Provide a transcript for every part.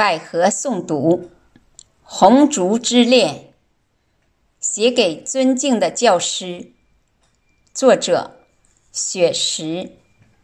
百合诵读，红烛之恋，写给尊敬的教师，作者雪石。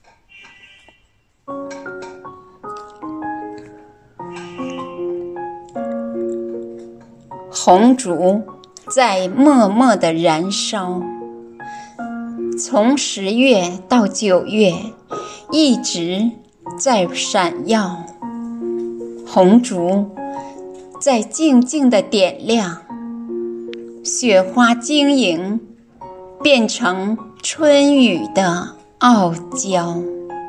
红烛在默默地燃烧，从10月到9月，一直在闪耀。红烛在静静地点亮，雪花晶莹，变成春雨的傲娇。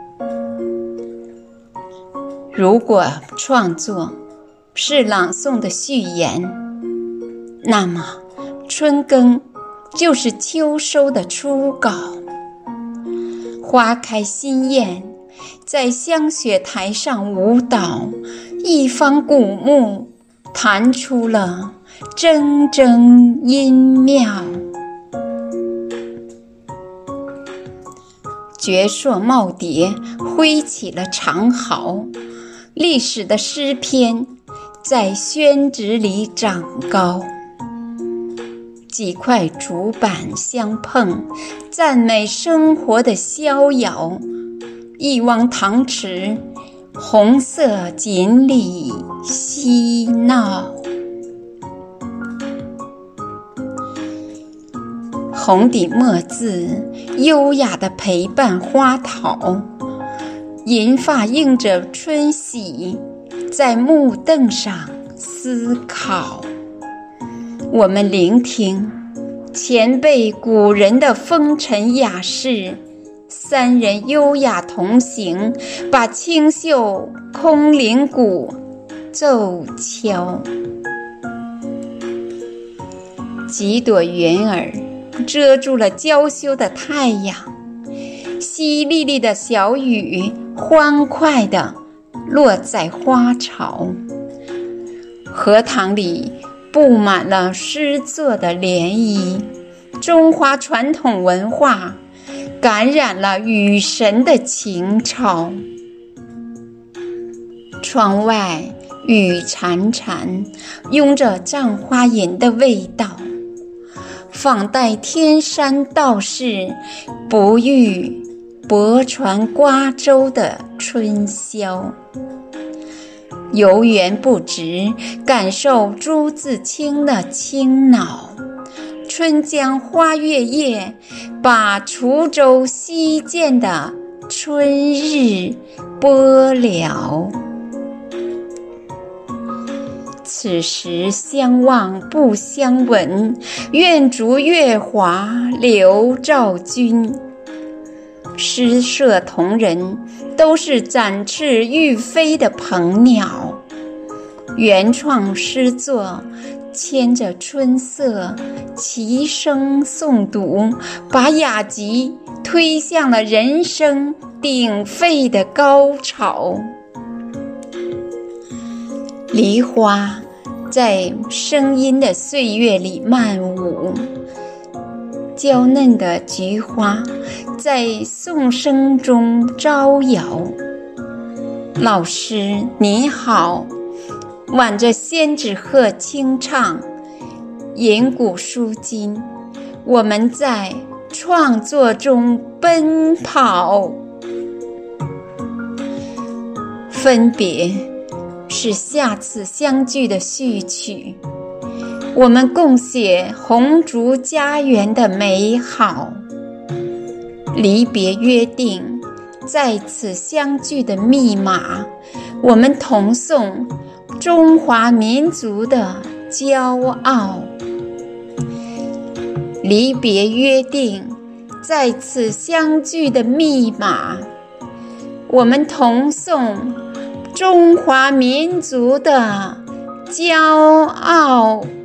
如果创作是朗诵的序言，那么春耕就是秋收的初稿。花开新艳，在香雪台上舞蹈，一方古木弹出了铮铮音妙。绝硕耄耋挥起了长毫，历史的诗篇在宣纸里长高。几块竹板相碰，赞美生活的逍遥。一汪塘池，红色锦鲤嬉闹。红底墨字优雅地陪伴花桃，银发映着春喜，在木凳上思考。我们聆听前辈古人的风尘雅事，三人优雅同行，把清秀空灵鼓奏敲。几朵云儿遮住了娇羞的太阳，淅沥沥的小雨欢快地落在花槽。荷塘里布满了诗作的涟漪，中华传统文化感染了雨神的情操。窗外雨潺潺，拥着葬花吟的味道，仿待天山道士不遇泊船瓜洲的春宵。游园不值，感受朱自清的清脑。春江花月夜，把滁州西涧的春日播了。此时相望不相闻，愿逐月华流照君。诗社同仁都是展翅欲飞的鹏鸟，原创诗作牵着春色齐声诵读，把雅集推向了人声鼎沸的高潮。梨花在声音的岁月里漫舞，娇嫩的菊花在颂声中招摇。老师您好，挽着仙纸鹤轻唱，吟古书今，我们在创作中奔跑。分别是下次相聚的序曲，我们共写红烛家园的美好。离别约定，在此相聚的密码，我们同颂中华民族的骄傲。离别约定，在此相聚的密码，我们同颂中华民族的骄傲。